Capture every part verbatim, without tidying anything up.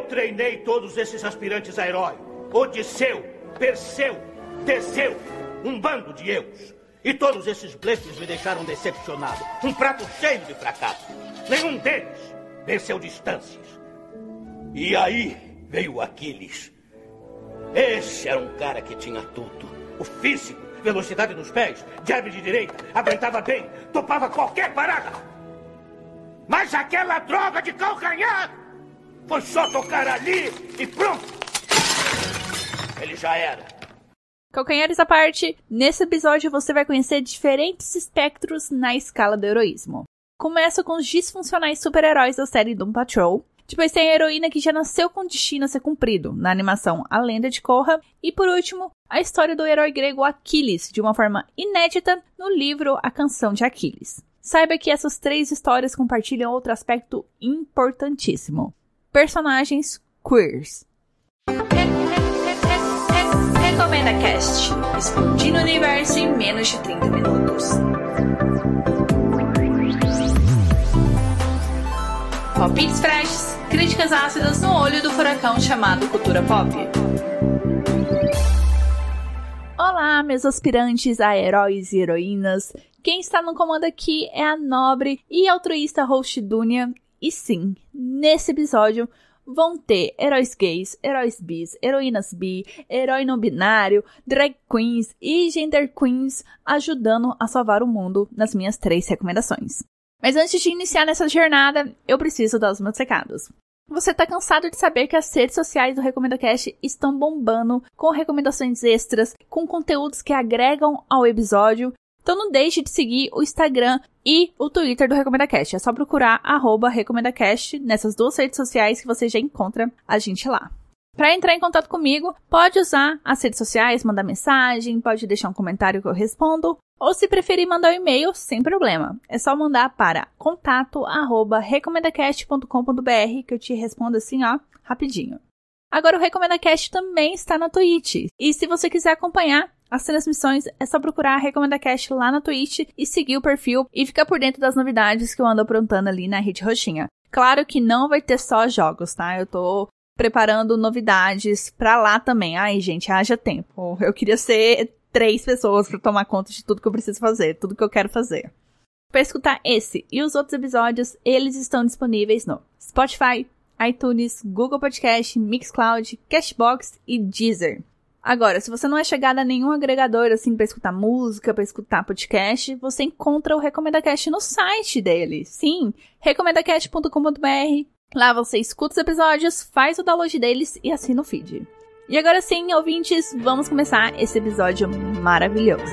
treinei todos esses aspirantes a herói. Odisseu, Perseu, Teseu, um bando de eus. E todos esses blefes me deixaram decepcionado. Um prato cheio de fracasso. Nenhum deles venceu distâncias. E aí veio Aquiles. Esse era um cara que tinha tudo. O físico, velocidade nos pés, jab de direita, aguentava bem, topava qualquer parada. Mas aquela droga de calcanhar foi só tocar ali e pronto. Ele já era. Calcanhares à parte, nesse episódio você vai conhecer diferentes espectros na escala do heroísmo. Começa com os disfuncionais super-heróis da série Doom Patrol. Depois tem a heroína que já nasceu com destino a ser cumprido, na animação A Lenda de Korra. E por último, a história do herói grego Aquiles, de uma forma inédita, no livro A Canção de Aquiles. Saiba que essas três histórias compartilham outro aspecto importantíssimo. Personagens queers. Recomenda Cast. Explodindo o universo em menos de trinta minutos. Palpites freshes, críticas ácidas no olho do furacão chamado cultura pop. Olá, meus aspirantes a heróis e heroínas. Quem está no comando aqui é a nobre e altruísta host Dunia. E sim, nesse episódio vão ter heróis gays, heróis bis, heroínas bi, herói não binário, drag queens e gender queens ajudando a salvar o mundo nas minhas três recomendações. Mas antes de iniciar nessa jornada, eu preciso dar os meus recados. Você tá cansado de saber que as redes sociais do RecomendaCast estão bombando com recomendações extras, com conteúdos que agregam ao episódio? Então não deixe de seguir o Instagram e o Twitter do RecomendaCast. É só procurar arroba RecomendaCast nessas duas redes sociais que você já encontra a gente lá. Para entrar em contato comigo, pode usar as redes sociais, mandar mensagem, pode deixar um comentário que eu respondo, ou se preferir mandar um e-mail, sem problema. É só mandar para contato arroba recomendacast ponto com ponto br que eu te respondo assim, ó, rapidinho. Agora o RecomendaCast também está na Twitch. E se você quiser acompanhar as transmissões, é só procurar a RecomendaCast lá na Twitch e seguir o perfil e ficar por dentro das novidades que eu ando aprontando ali na Rede Roxinha. Claro que não vai ter só jogos, tá? Eu tô preparando novidades pra lá também. Ai, gente, haja tempo. Eu queria ser três pessoas pra tomar conta de tudo que eu preciso fazer, tudo que eu quero fazer. Pra escutar esse e os outros episódios, eles estão disponíveis no Spotify, iTunes, Google Podcast, Mixcloud, Cashbox e Deezer. Agora, se você não é chegada a nenhum agregador assim pra escutar música, pra escutar podcast, você encontra o RecomendaCast no site dele. Sim, recomendacast ponto com ponto br. Lá você escuta os episódios, faz o download deles e assina o feed. E agora sim, ouvintes, vamos começar esse episódio maravilhoso.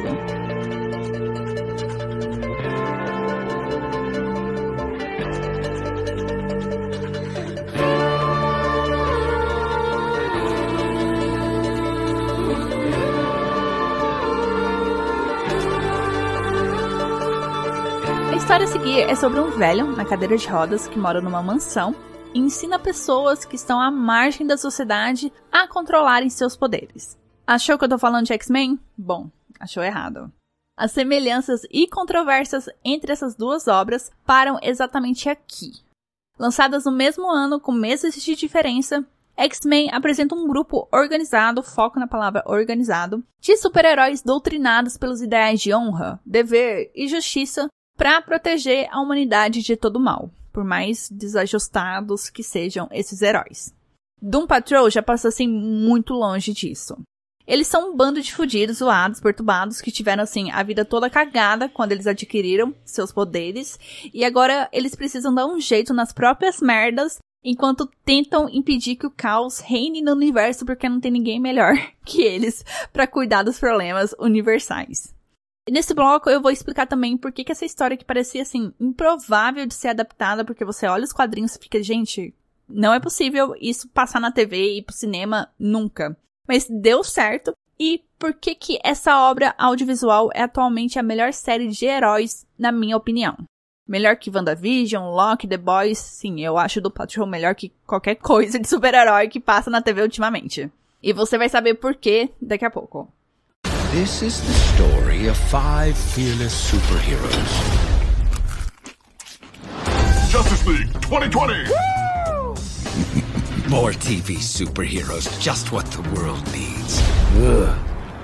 A história a seguir é sobre um velho na cadeira de rodas que mora numa mansão e ensina pessoas que estão à margem da sociedade a controlarem seus poderes. Achou que eu tô falando de X-Men? Bom, achou errado. As semelhanças e controvérsias entre essas duas obras param exatamente aqui. Lançadas no mesmo ano, com meses de diferença, X-Men apresenta um grupo organizado, foco na palavra organizado, de super-heróis doutrinados pelos ideais de honra, dever e justiça para proteger a humanidade de todo mal, por mais desajustados que sejam esses heróis. Doom Patrol já passa assim muito longe disso. Eles são um bando de fudidos, zoados, perturbados, que tiveram assim a vida toda cagada quando eles adquiriram seus poderes, e agora eles precisam dar um jeito nas próprias merdas, enquanto tentam impedir que o caos reine no universo, porque não tem ninguém melhor que eles para cuidar dos problemas universais. E nesse bloco eu vou explicar também por que que essa história que parecia, assim, improvável de ser adaptada, porque você olha os quadrinhos e fica, gente, não é possível isso passar na T V e ir pro cinema nunca. Mas deu certo. E por que que essa obra audiovisual é atualmente a melhor série de heróis, na minha opinião? Melhor que WandaVision, Loki, The Boys, sim, eu acho do Patrol melhor que qualquer coisa de super-herói que passa na T V ultimamente. E você vai saber por quê daqui a pouco. This is the story of five fearless superheroes. Justice League twenty twenty! More T V superheroes, just what the world needs. Ugh.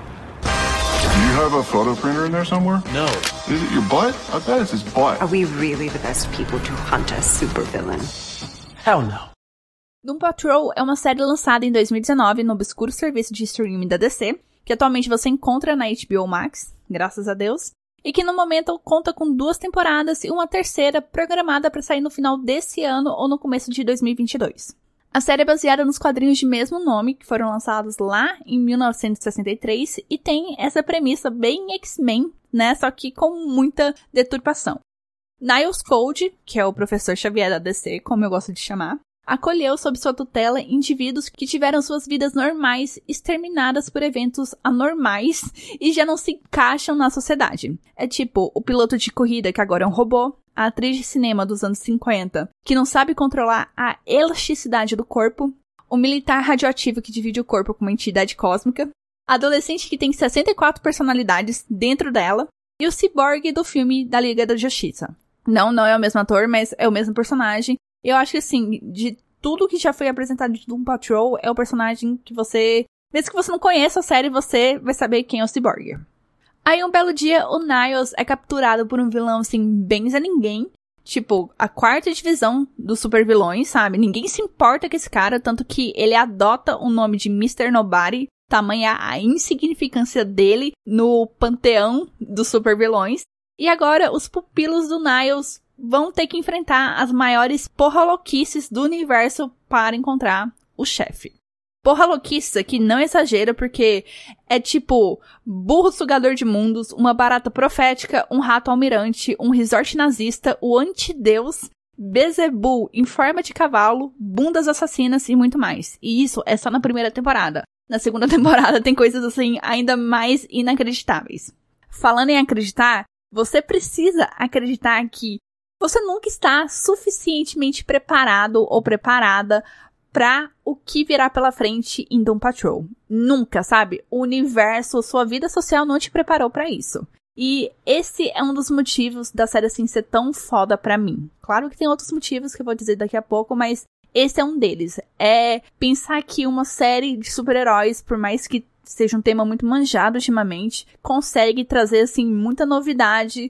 Do you have a photo printer in there somewhere? No. Is it your butt? I bet it's his butt. Are we really the best people to hunt a supervillain? Hell no. Doom Patrol é uma série lançada em dois mil e dezenove no obscuro serviço de streaming da D C, que atualmente você encontra na H B O Max, graças a Deus, e que no momento conta com duas temporadas e uma terceira programada para sair no final desse ano ou no começo de dois mil e vinte e dois. A série é baseada nos quadrinhos de mesmo nome, que foram lançados lá em mil novecentos e sessenta e três, e tem essa premissa bem X-Men, né, só que com muita deturpação. Niles Code, que é o professor Xavier da D C, como eu gosto de chamar, acolheu sob sua tutela indivíduos que tiveram suas vidas normais exterminadas por eventos anormais e já não se encaixam na sociedade. É tipo o piloto de corrida que agora é um robô, a atriz de cinema dos anos cinquenta que não sabe controlar a elasticidade do corpo, o militar radioativo que divide o corpo com uma entidade cósmica, a adolescente que tem sessenta e quatro personalidades dentro dela e o ciborgue do filme da Liga da Justiça. Não, não é o mesmo ator, mas é o mesmo personagem. Eu acho que, assim, de tudo que já foi apresentado de Doom Patrol, é o personagem que você... Mesmo que você não conheça a série, você vai saber quem é o Cyborg. Aí, um belo dia, o Niles é capturado por um vilão, assim, bem Zé Ninguém. Tipo, a quarta divisão dos super vilões, sabe? Ninguém se importa com esse cara, tanto que ele adota o nome de mister Nobody, tamanha a insignificância dele no panteão dos super vilões. E agora, os pupilos do Niles vão ter que enfrentar as maiores porra-louquices do universo para encontrar o chefe. Porra-louquices aqui não exagera, porque é tipo burro sugador de mundos, uma barata profética, um rato almirante, um resort nazista, o antideus, Beelzebub em forma de cavalo, bundas assassinas e muito mais. E isso é só na primeira temporada. Na segunda temporada tem coisas assim ainda mais inacreditáveis. Falando em acreditar, você precisa acreditar que você nunca está suficientemente preparado ou preparada para o que virá pela frente em Doom Patrol. Nunca, sabe? O universo, sua vida social não te preparou para isso. E esse é um dos motivos da série assim ser tão foda pra mim. Claro que tem outros motivos que eu vou dizer daqui a pouco, mas esse é um deles. É pensar que uma série de super-heróis, por mais que seja um tema muito manjado ultimamente, consegue trazer assim muita novidade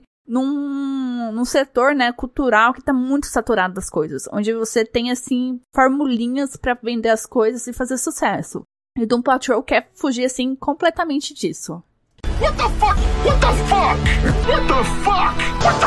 num, num setor, né, cultural que tá muito saturado das coisas, onde você tem assim formulinhas pra vender as coisas e fazer sucesso. E Doom Patrol quer fugir assim completamente disso. What the fuck? What the fuck? What the fuck? What the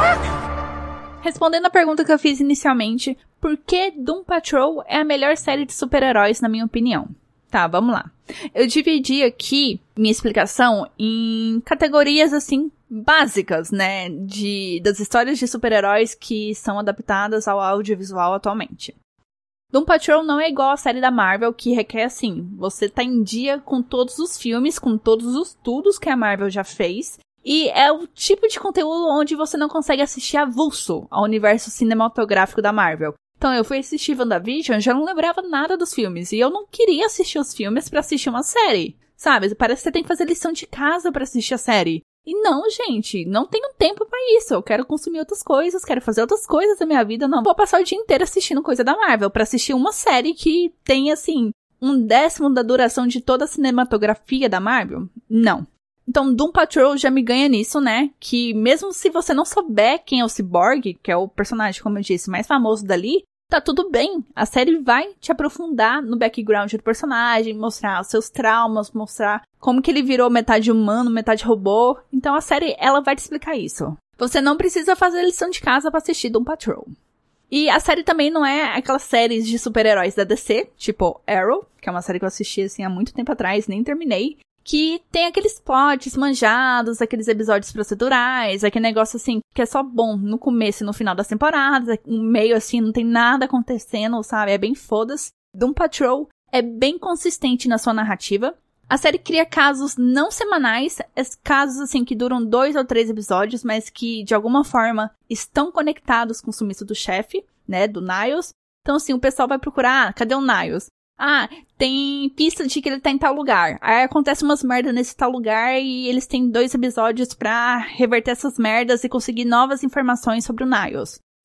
fuck? Respondendo a pergunta que eu fiz inicialmente, por que Doom Patrol é a melhor série de super-heróis na minha opinião? Tá, vamos lá. Eu dividi aqui minha explicação em categorias, assim, básicas, né, de, das histórias de super-heróis que são adaptadas ao audiovisual atualmente. Doom Patrol não é igual a série da Marvel, que requer, assim, você tá em dia com todos os filmes, com todos os estudos que a Marvel já fez, e é o tipo de conteúdo onde você não consegue assistir avulso ao universo cinematográfico da Marvel. Então, eu fui assistir WandaVision, já não lembrava nada dos filmes. E eu não queria assistir os filmes pra assistir uma série. Sabe? Parece que você tem que fazer lição de casa pra assistir a série. E não, gente, não tenho tempo pra isso. Eu quero consumir outras coisas, quero fazer outras coisas da minha vida. Não vou passar o dia inteiro assistindo coisa da Marvel pra assistir uma série que tem, assim, um décimo da duração de toda a cinematografia da Marvel. Não. Então, Doom Patrol já me ganha nisso, né? Que mesmo se você não souber quem é o Cyborg, que é o personagem, como eu disse, mais famoso dali, tá tudo bem. A série vai te aprofundar no background do personagem, mostrar os seus traumas, mostrar como que ele virou metade humano, metade robô. Então, a série, ela vai te explicar isso. Você não precisa fazer lição de casa pra assistir Doom Patrol. E a série também não é aquelas séries de super-heróis da D C, tipo Arrow, que é uma série que eu assisti, assim, há muito tempo atrás, nem terminei. Que tem aqueles plots manjados, aqueles episódios procedurais, aquele negócio assim, que é só bom no começo e no final das temporadas, no meio assim, não tem nada acontecendo, sabe? É bem foda-se. Doom Patrol é bem consistente na sua narrativa. A série cria casos não semanais, casos assim que duram dois ou três episódios, mas que de alguma forma estão conectados com o sumiço do chefe, né, do Niles. Então assim, o pessoal vai procurar, ah, cadê o Niles? Ah, tem pista de que ele tá em tal lugar. Aí acontece umas merdas nesse tal lugar e eles têm dois episódios pra reverter essas merdas e conseguir novas informações sobre o Niles.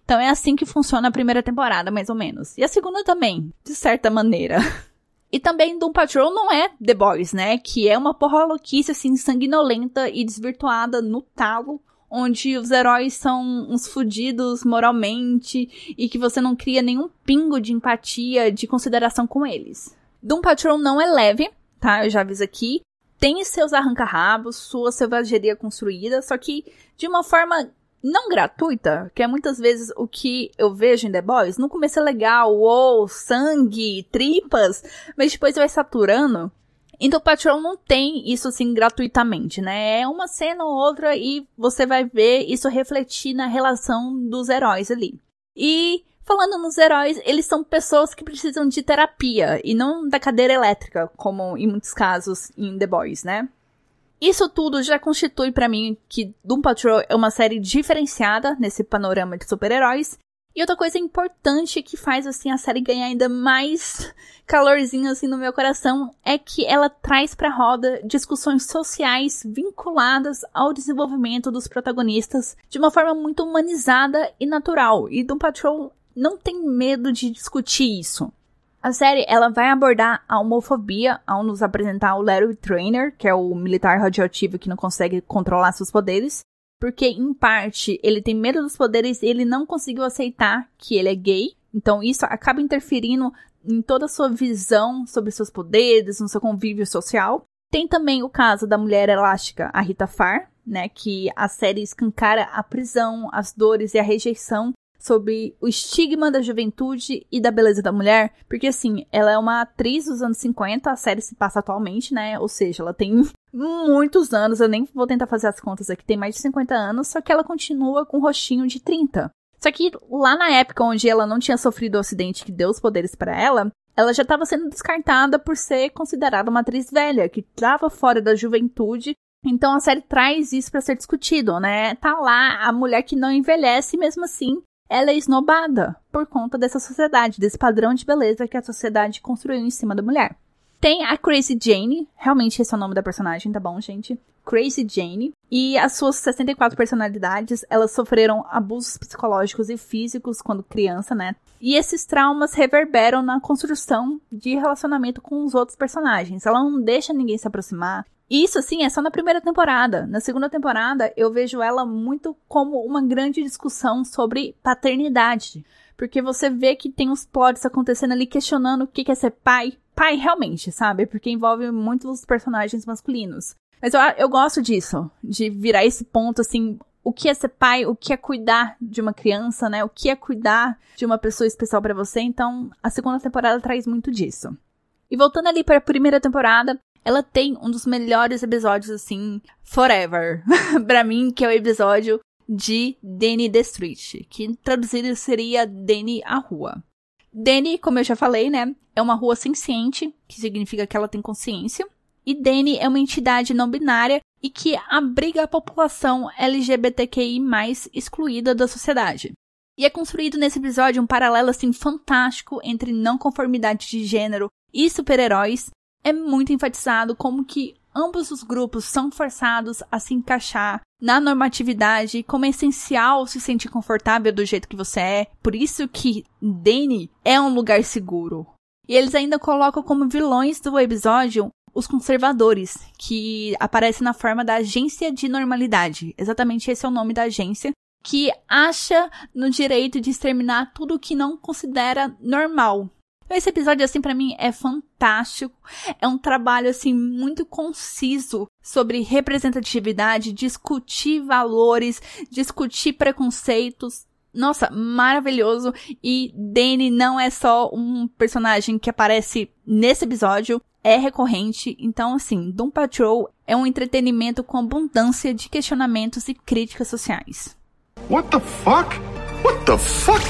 Então é assim que funciona a primeira temporada, mais ou menos. E a segunda também, de certa maneira. E também Doom Patrol não é The Boys, né? Que é uma porra louquice, assim, sanguinolenta e desvirtuada no talo, onde os heróis são uns fudidos moralmente e que você não cria nenhum pingo de empatia, de consideração com eles. Doom Patrol não é leve, tá? Eu já aviso aqui. Tem seus arranca-rabos, sua selvageria construída, só que de uma forma não gratuita, que é muitas vezes o que eu vejo em The Boys. No começo é legal, uou, sangue, tripas, mas depois vai saturando. Então o Patrol não tem isso assim gratuitamente, né? É uma cena ou outra e você vai ver isso refletir na relação dos heróis ali. E falando nos heróis, eles são pessoas que precisam de terapia e não da cadeira elétrica, como em muitos casos em The Boys, né? Isso tudo já constitui pra mim que Doom Patrol é uma série diferenciada nesse panorama de super-heróis. E outra coisa importante que faz assim a série ganhar ainda mais calorzinho assim no meu coração é que ela traz pra roda discussões sociais vinculadas ao desenvolvimento dos protagonistas de uma forma muito humanizada e natural. E Doom Patrol não tem medo de discutir isso. A série, ela vai abordar a homofobia ao nos apresentar o Larry Trainer, que é o militar radioativo que não consegue controlar seus poderes, porque, em parte, ele tem medo dos poderes e ele não conseguiu aceitar que ele é gay, então isso acaba interferindo em toda a sua visão sobre seus poderes, no seu convívio social. Tem também o caso da mulher elástica, a Rita Farr, né, que a série escancara a prisão, as dores e a rejeição sobre o estigma da juventude e da beleza da mulher, porque assim, ela é uma atriz dos anos cinquenta, a série se passa atualmente, né, ou seja, ela tem muitos anos, eu nem vou tentar fazer as contas aqui, tem mais de cinquenta anos, só que ela continua com um rostinho de trinta. Só que lá na época onde ela não tinha sofrido o acidente que deu os poderes para ela, ela já estava sendo descartada por ser considerada uma atriz velha, que estava fora da juventude. Então a série traz isso para ser discutido, né, tá lá a mulher que não envelhece, mesmo assim ela é esnobada por conta dessa sociedade, desse padrão de beleza que a sociedade construiu em cima da mulher. Tem a Crazy Jane, realmente esse é o nome da personagem, tá bom, gente? Crazy Jane. E as suas sessenta e quatro personalidades, elas sofreram abusos psicológicos e físicos quando criança, né? E esses traumas reverberam na construção de relacionamento com os outros personagens. Ela não deixa ninguém se aproximar. E isso, assim, é só na primeira temporada. Na segunda temporada, eu vejo ela muito como uma grande discussão sobre paternidade. Porque você vê que tem uns plots acontecendo ali questionando o que é ser pai. Pai, realmente, sabe? Porque envolve muitos personagens masculinos. Mas eu, eu gosto disso, de virar esse ponto, assim, o que é ser pai, o que é cuidar de uma criança, né? O que é cuidar de uma pessoa especial pra você. Então, a segunda temporada traz muito disso. E voltando ali para a primeira temporada, ela tem um dos melhores episódios, assim, forever, pra mim, que é o episódio de Danny the Street, que traduzido seria Danny a Rua. Danny, como eu já falei, né, é uma rua senciente, que significa que ela tem consciência, e Danny é uma entidade não binária e que abriga a população L G B T Q I mais, excluída da sociedade. E é construído nesse episódio um paralelo, assim, fantástico entre não conformidade de gênero e super-heróis. É muito enfatizado como que ambos os grupos são forçados a se encaixar na normatividade e como é essencial se sentir confortável do jeito que você é. Por isso que Danny é um lugar seguro. E eles ainda colocam como vilões do episódio os conservadores, que aparecem na forma da Agência de Normalidade. Exatamente esse é o nome da agência, que acha no direito de exterminar tudo que não considera normal. Esse episódio, assim, pra mim é fantástico. É um trabalho, assim, muito conciso sobre representatividade, discutir valores, discutir preconceitos. Nossa, maravilhoso. E Danny não é só um personagem que aparece nesse episódio, é recorrente. Então, assim, Doom Patrol é um entretenimento com abundância de questionamentos e críticas sociais. What the fuck? What the fuck?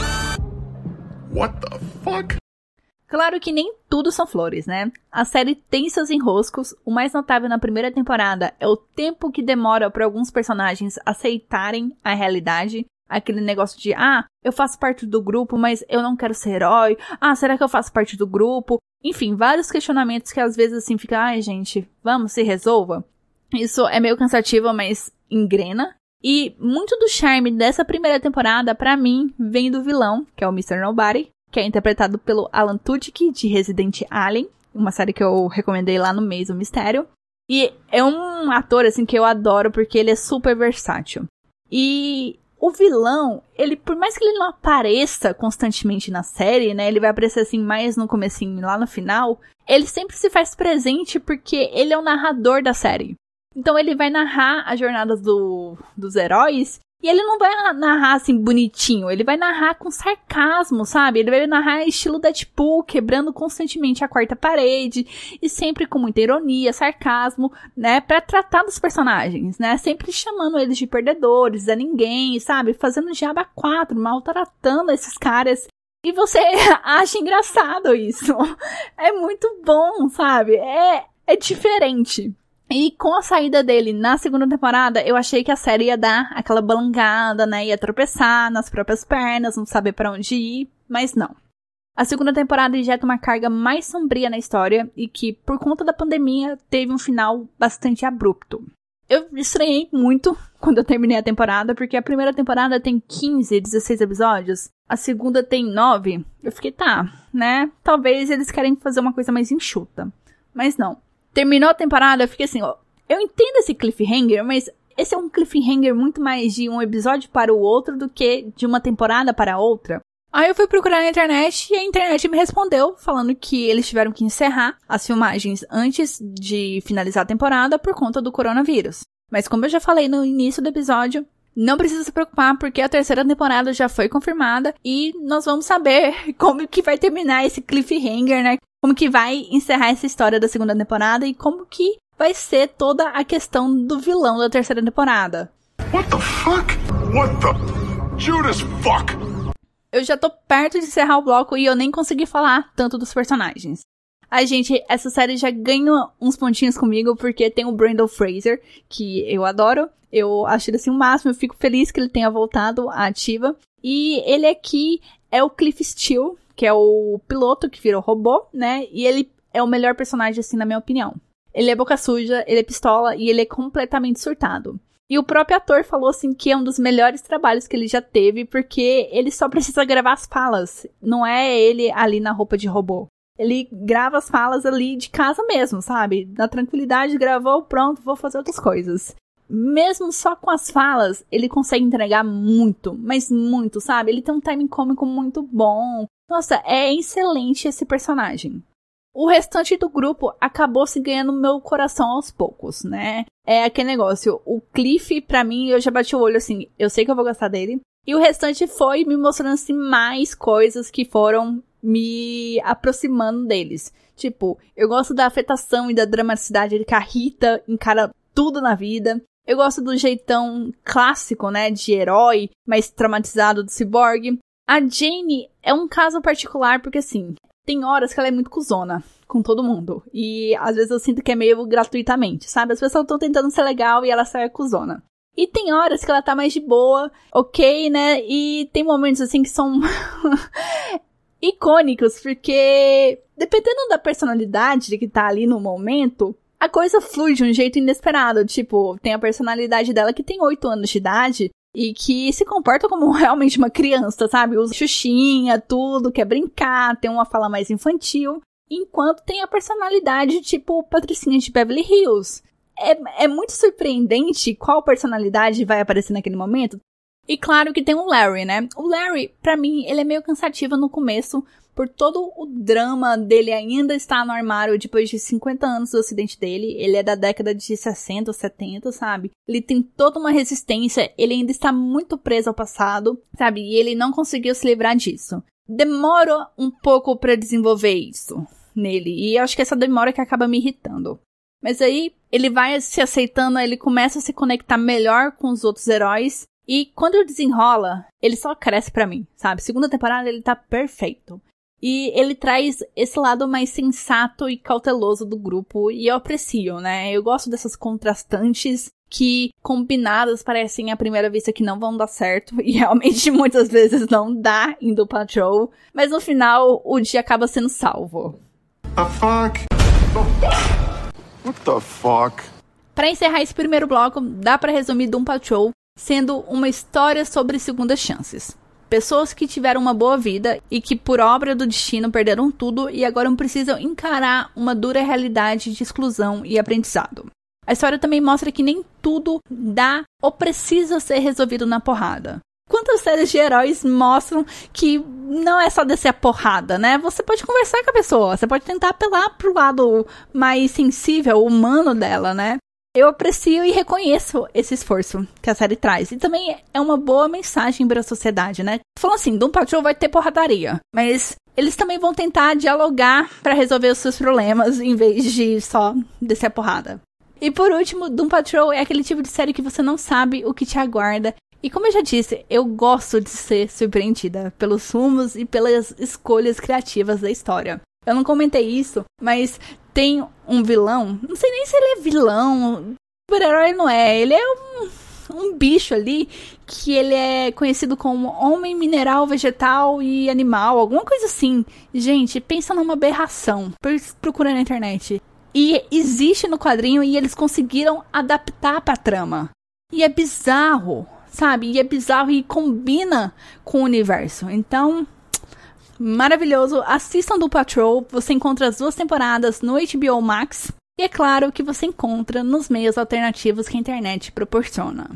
What the fuck? Claro que nem tudo são flores, né? A série tem seus enroscos. O mais notável na primeira temporada é o tempo que demora para alguns personagens aceitarem a realidade. Aquele negócio de, ah, eu faço parte do grupo, mas eu não quero ser herói. Ah, será que eu faço parte do grupo? Enfim, vários questionamentos que às vezes assim fica, ai gente, vamos, se resolva. Isso é meio cansativo, mas engrena. E muito do charme dessa primeira temporada, pra mim, vem do vilão, que é o mister Nobody, que é interpretado pelo Alan Tudyk, de Resident Alien, uma série que eu recomendei lá no mês do Mistério. E é um ator, assim, que eu adoro, porque ele é super versátil. E o vilão, ele, por mais que ele não apareça constantemente na série, né, ele vai aparecer, assim, mais no comecinho, lá no final, ele sempre se faz presente porque ele é o narrador da série. Então ele vai narrar as jornadas do, dos heróis, e ele não vai narrar assim bonitinho, ele vai narrar com sarcasmo, sabe? Ele vai narrar estilo Deadpool, quebrando constantemente a quarta parede, e sempre com muita ironia, sarcasmo, né? Pra tratar dos personagens, né? Sempre chamando eles de perdedores, a ninguém, sabe? Fazendo diabo a quatro, maltratando esses caras. E você acha engraçado isso. É muito bom, sabe? É, é diferente. E com a saída dele na segunda temporada, eu achei que a série ia dar aquela balangada, né? Ia tropeçar nas próprias pernas, não saber pra onde ir, mas não. A segunda temporada injeta uma carga mais sombria na história e que, por conta da pandemia, teve um final bastante abrupto. Eu estranhei muito quando eu terminei a temporada, porque a primeira temporada tem quinze, dezesseis episódios, a segunda tem nove. Eu fiquei, tá, né? Talvez eles querem fazer uma coisa mais enxuta, mas não. Terminou a temporada, eu fiquei assim, ó, eu entendo esse cliffhanger, mas esse é um cliffhanger muito mais de um episódio para o outro do que de uma temporada para a outra. Aí eu fui procurar na internet e a internet me respondeu falando que eles tiveram que encerrar as filmagens antes de finalizar a temporada por conta do coronavírus. Mas como eu já falei no início do episódio, não precisa se preocupar porque a terceira temporada já foi confirmada e nós vamos saber como que vai terminar esse cliffhanger, né? Como que vai encerrar essa história da segunda temporada e como que vai ser toda a questão do vilão da terceira temporada. What the fuck? What the... Judas fuck? Eu já tô perto de encerrar o bloco e eu nem consegui falar tanto dos personagens. Ai, gente, essa série já ganha uns pontinhos comigo porque tem o Brendan Fraser, que eu adoro. Eu acho ele assim o máximo, eu fico feliz que ele tenha voltado à ativa. E ele aqui é o Cliff Steele, que é o piloto que virou robô, né? E ele é o melhor personagem, assim, na minha opinião. Ele é boca suja, ele é pistola e ele é completamente surtado. E o próprio ator falou, assim, que é um dos melhores trabalhos que ele já teve, porque ele só precisa gravar as falas. Não é ele ali na roupa de robô. Ele grava as falas ali de casa mesmo, sabe? Na tranquilidade, gravou, pronto, vou fazer outras coisas. Mesmo só com as falas, ele consegue entregar muito, mas muito, sabe? Ele tem um timing cômico muito bom. Nossa, é excelente esse personagem. O restante do grupo acabou se ganhando meu coração aos poucos, né? É aquele negócio, o Cliff, pra mim, eu já bati o olho assim, eu sei que eu vou gostar dele. E o restante foi me mostrando assim, mais coisas que foram me aproximando deles. Tipo, eu gosto da afetação e da dramaticidade que a Rita encara tudo na vida. Eu gosto do jeitão clássico, né, de herói, mais traumatizado do Cyborg. A Jane é um caso particular porque, assim, tem horas que ela é muito cuzona com todo mundo. E às vezes eu sinto que é meio gratuitamente, sabe? As pessoas estão tentando ser legal e ela sai cuzona. E tem horas que ela tá mais de boa, ok, né? E tem momentos, assim, que são icônicos, porque dependendo da personalidade que tá ali no momento, a coisa flui de um jeito inesperado. Tipo, tem a personalidade dela que tem oito anos de idade e que se comporta como realmente uma criança, sabe? Usa xuxinha, tudo, quer brincar, tem uma fala mais infantil. Enquanto tem a personalidade tipo Patricinha de Beverly Hills. É, é muito surpreendente qual personalidade vai aparecer naquele momento. E claro que tem o Larry, né? O Larry, pra mim, ele é meio cansativo no começo, por todo o drama dele ainda estar no armário depois de cinquenta anos do acidente dele. Ele é da década de sessenta ou setenta, sabe? Ele tem toda uma resistência, ele ainda está muito preso ao passado, sabe? E ele não conseguiu se livrar disso. Demora um pouco pra desenvolver isso nele, e eu acho que essa demora que acaba me irritando. Mas aí, ele vai se aceitando, ele começa a se conectar melhor com os outros heróis, e quando ele desenrola, ele só cresce pra mim, sabe? Segunda temporada, ele tá perfeito. E ele traz esse lado mais sensato e cauteloso do grupo, e eu aprecio, né? Eu gosto dessas contrastantes que, combinadas, parecem à primeira vista que não vão dar certo, e realmente muitas vezes não dá em Doom Patrol, mas no final, o dia acaba sendo salvo. The fuck? What the fuck? Pra encerrar esse primeiro bloco, dá pra resumir Doom Patrol sendo uma história sobre segundas chances. Pessoas que tiveram uma boa vida e que por obra do destino perderam tudo e agora precisam encarar uma dura realidade de exclusão e aprendizado. A história também mostra que nem tudo dá ou precisa ser resolvido na porrada. Quantas séries de heróis mostram que não é só descer a porrada, né? Você pode conversar com a pessoa, você pode tentar apelar pro lado mais sensível, humano dela, né? Eu aprecio e reconheço esse esforço que a série traz. E também é uma boa mensagem para a sociedade, né? Falando assim, Doom Patrol vai ter porradaria, mas eles também vão tentar dialogar para resolver os seus problemas em vez de só descer a porrada. E por último, Doom Patrol é aquele tipo de série que você não sabe o que te aguarda. E como eu já disse, eu gosto de ser surpreendida pelos rumos e pelas escolhas criativas da história. Eu não comentei isso, mas tem um vilão, não sei nem se ele é vilão, super-herói não é, ele é um, um bicho ali, que ele é conhecido como homem mineral, vegetal e animal, alguma coisa assim. Gente, pensa numa aberração, procura na internet. E existe no quadrinho e eles conseguiram adaptar pra trama. E é bizarro, sabe? E é bizarro e combina com o universo. Então, maravilhoso. Assistam Doom Patrol. Você encontra as duas temporadas no H B O Max. E é claro que você encontra nos meios alternativos que a internet proporciona.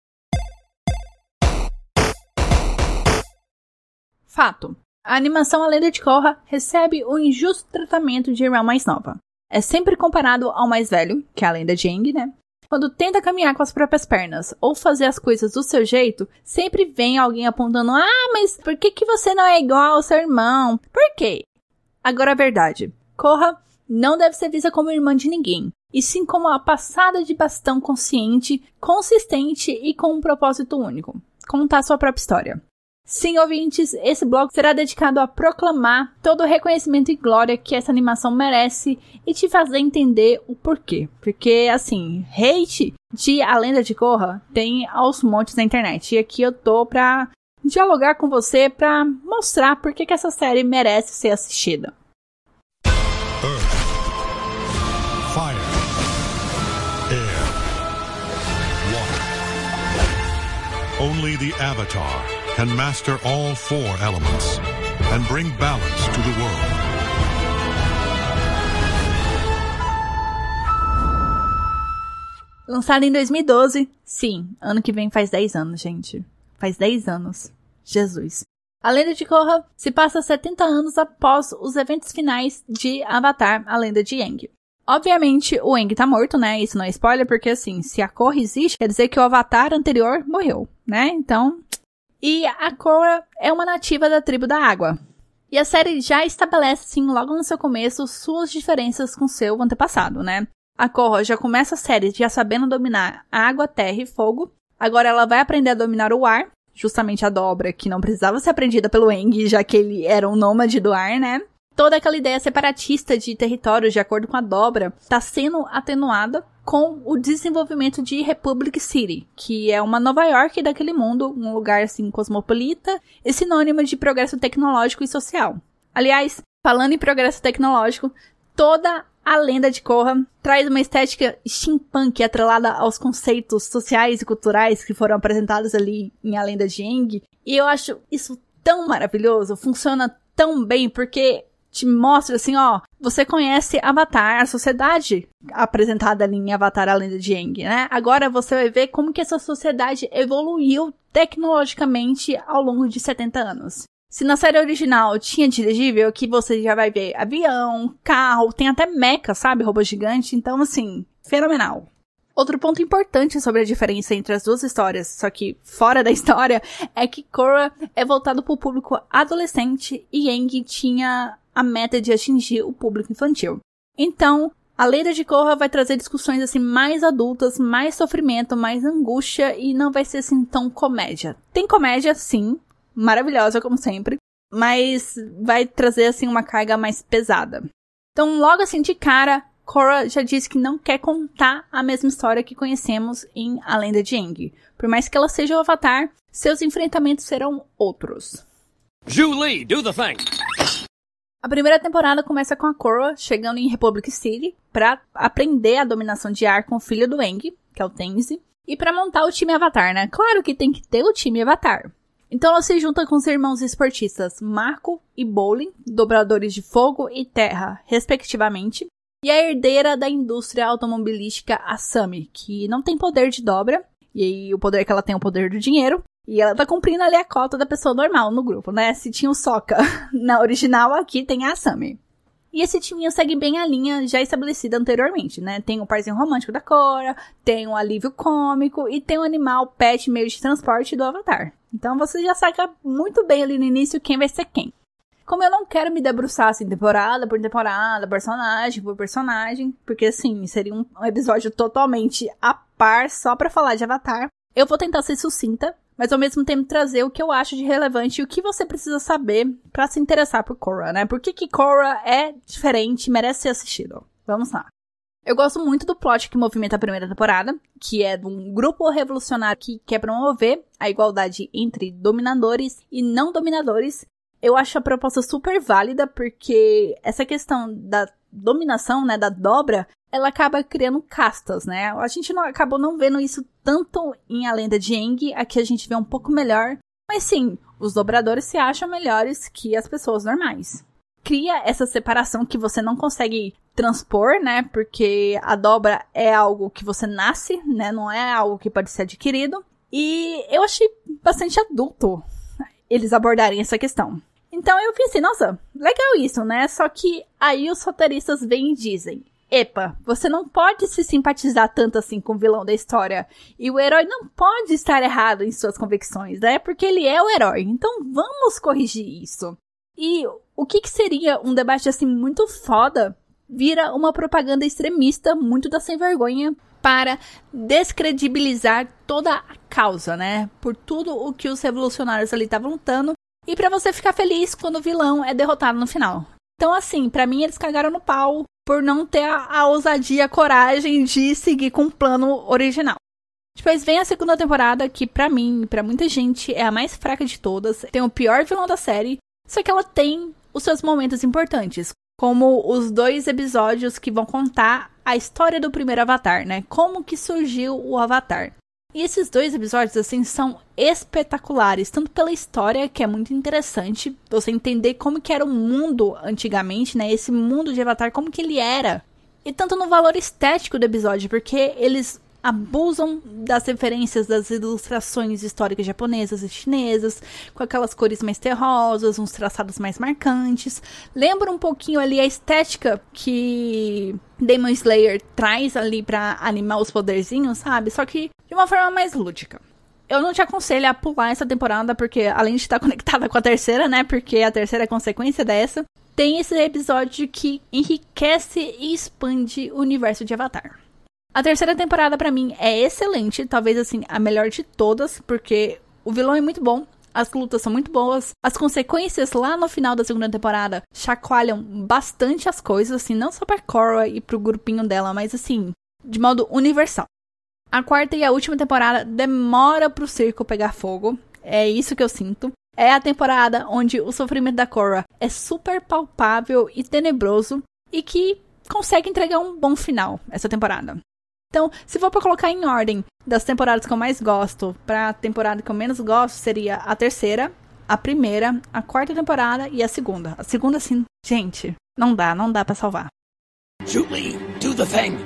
Fato. A animação A Lenda de Korra recebe o injusto tratamento de irmã mais nova. É sempre comparado ao mais velho, que é a lenda de Aang, né? Quando tenta caminhar com as próprias pernas ou fazer as coisas do seu jeito, sempre vem alguém apontando: ah, mas por que, que você não é igual ao seu irmão? Por quê? Agora a verdade. Korra não deve ser vista como irmã de ninguém, e sim como a passada de bastão consciente, consistente e com um propósito único: contar sua própria história. Sim, ouvintes, esse blog será dedicado a proclamar todo o reconhecimento e glória que essa animação merece e te fazer entender o porquê. Porque, assim, hate de A Lenda de Korra tem aos montes na internet. E aqui eu tô pra dialogar com você, pra mostrar por que que essa série merece ser assistida. Earth, fire, air, water. Only the Avatar can master all four elements and bring balance to the world. Lançado em dois mil e doze, sim, ano que vem faz dez anos, gente. Faz dez anos. Jesus. A Lenda de Korra se passa setenta anos após os eventos finais de Avatar, A Lenda de Aang. Obviamente, o Aang tá morto, né? Isso não é spoiler, porque assim, se a Korra existe, quer dizer que o Avatar anterior morreu, né? Então... E a Korra é uma nativa da tribo da água. E a série já estabelece, assim, logo no seu começo, suas diferenças com seu antepassado, né? A Korra já começa a série já sabendo dominar água, terra e fogo. Agora ela vai aprender a dominar o ar, justamente a dobra que não precisava ser aprendida pelo Aang, já que ele era um nômade do ar, né? Toda aquela ideia separatista de territórios de acordo com a dobra está sendo atenuada com o desenvolvimento de Republic City, que é uma Nova York daquele mundo, um lugar assim cosmopolita e sinônimo de progresso tecnológico e social. Aliás, falando em progresso tecnológico, toda a Lenda de Korra traz uma estética steampunk atrelada aos conceitos sociais e culturais que foram apresentados ali em A Lenda de Aang, e eu acho isso tão maravilhoso, funciona tão bem, porque te mostra assim, ó, você conhece Avatar, a sociedade apresentada ali em Avatar, A Lenda de Aang, né? Agora você vai ver como que essa sociedade evoluiu tecnologicamente ao longo de setenta anos. Se na série original tinha dirigível, aqui você já vai ver avião, carro, tem até mecha, sabe? Robô gigante, então assim, fenomenal. Outro ponto importante sobre a diferença entre as duas histórias, só que fora da história, é que Korra é voltado para o público adolescente e Aang tinha a meta de atingir o público infantil. Então, A Lenda de Korra vai trazer discussões assim mais adultas, mais sofrimento, mais angústia e não vai ser assim tão comédia. Tem comédia, sim, maravilhosa como sempre, mas vai trazer assim uma carga mais pesada. Então, logo assim de cara, Korra já disse que não quer contar a mesma história que conhecemos em A Lenda de Aang. Por mais que ela seja o Avatar, seus enfrentamentos serão outros. Zhu Li, do the thing! A primeira temporada começa com a Korra chegando em Republic City para aprender a dominação de ar com o filho do Aang, que é o Tenzin. E pra montar o time Avatar, né? Claro que tem que ter o time Avatar. Então ela se junta com os irmãos esportistas Marco e Bolin, dobradores de fogo e terra, respectivamente, e a herdeira da indústria automobilística Asami, que não tem poder de dobra, e aí o poder que ela tem é o poder do dinheiro, e ela tá cumprindo ali a cota da pessoa normal no grupo, né? Se tinha o Sokka na original, aqui tem a Asami. E esse timinho segue bem a linha já estabelecida anteriormente, né? Tem o parzinho romântico da Korra, tem o alívio cômico e tem o animal pet meio de transporte do Avatar. Então você já saca muito bem ali no início quem vai ser quem. Como eu não quero me debruçar assim temporada por temporada, personagem por personagem, porque assim, seria um episódio totalmente a par só pra falar de Avatar, eu vou tentar ser sucinta, mas ao mesmo tempo trazer o que eu acho de relevante e o que você precisa saber pra se interessar por Korra, né? Por que que Korra é diferente e merece ser assistido? Vamos lá. Eu gosto muito do plot que movimenta a primeira temporada, que é de um grupo revolucionário que quer promover a igualdade entre dominadores e não dominadores. Eu acho a proposta super válida, porque essa questão da dominação, né, da dobra, ela acaba criando castas, né? A gente não, acabou não vendo isso tanto em A Lenda de Aang, aqui a gente vê um pouco melhor. Mas sim, os dobradores se acham melhores que as pessoas normais. Cria essa separação que você não consegue transpor, né? Porque a dobra é algo que você nasce, né? Não é algo que pode ser adquirido. E eu achei bastante adulto eles abordarem essa questão. Então eu pensei, nossa, legal isso, né? Só que aí os roteiristas vêm e dizem: epa, você não pode se simpatizar tanto assim com o vilão da história. E o herói não pode estar errado em suas convicções, né? Porque ele é o herói. Então vamos corrigir isso. E o que que seria um debate assim muito foda vira uma propaganda extremista muito da sem vergonha para descredibilizar toda a causa, né? Por tudo o que os revolucionários ali estavam lutando. E pra você ficar feliz quando o vilão é derrotado no final. Então assim, pra mim eles cagaram no pau por não ter a, a ousadia, a coragem de seguir com o plano original. Depois vem a segunda temporada, que pra mim, pra muita gente, é a mais fraca de todas. Tem o pior vilão da série, só que ela tem os seus momentos importantes. Como os dois episódios que vão contar a história do primeiro Avatar, né? Como que surgiu o Avatar. E esses dois episódios, assim, são espetaculares. Tanto pela história, que é muito interessante. Você entender como que era o mundo antigamente, né? Esse mundo de Avatar, como que ele era. E tanto no valor estético do episódio, porque eles abusam das referências das ilustrações históricas japonesas e chinesas, com aquelas cores mais terrosas, uns traçados mais marcantes. Lembra um pouquinho ali a estética que Demon Slayer traz ali pra animar os poderzinhos, sabe? Só que de uma forma mais lúdica. Eu não te aconselho a pular essa temporada, porque além de estar conectada com a terceira, né? Porque a terceira é consequência dessa. Tem esse episódio que enriquece e expande o universo de Avatar. A terceira temporada, pra mim, é excelente. Talvez, assim, a melhor de todas. Porque o vilão é muito bom. As lutas são muito boas. As consequências lá no final da segunda temporada chacoalham bastante as coisas. Assim, não só pra Korra e pro grupinho dela. Mas, assim, de modo universal. A quarta e a última temporada demora pro circo pegar fogo. É isso que eu sinto. É a temporada onde o sofrimento da Korra é super palpável e tenebroso. E que consegue entregar um bom final, essa temporada. Então, se for pra colocar em ordem das temporadas que eu mais gosto pra temporada que eu menos gosto, seria a terceira, a primeira, a quarta temporada e a segunda. A segunda, assim, gente, não dá, não dá pra salvar. Julie, do the thing!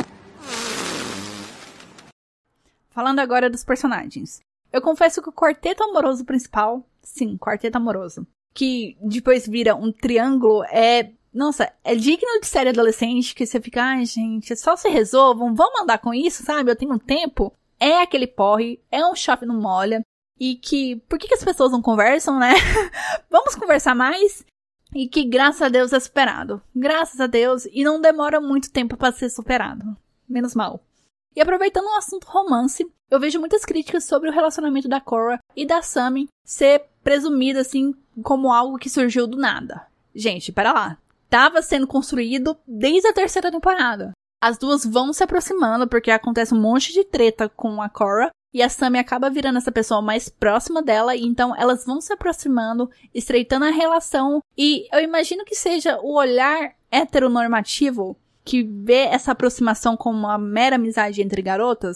Falando agora dos personagens. Eu confesso que o quarteto amoroso principal, sim, quarteto amoroso, que depois vira um triângulo, é... Nossa, é digno de série adolescente que você fica, ai, gente, só se resolvam, vamos andar com isso, sabe? Eu tenho um tempo. É aquele porre, é um chove não molha. E que, por que, que as pessoas não conversam, né? Vamos conversar mais? E que, graças a Deus, é superado. Graças a Deus, e não demora muito tempo pra ser superado. Menos mal. E aproveitando o assunto romance, eu vejo muitas críticas sobre o relacionamento da Korra e da Asami ser presumido, assim, como algo que surgiu do nada. Gente, pera lá. Estava sendo construído desde a terceira temporada. As duas vão se aproximando porque acontece um monte de treta com a Korra e a Asami acaba virando essa pessoa mais próxima dela, e então elas vão se aproximando, estreitando a relação, e eu imagino que seja o olhar heteronormativo que vê essa aproximação como uma mera amizade entre garotas,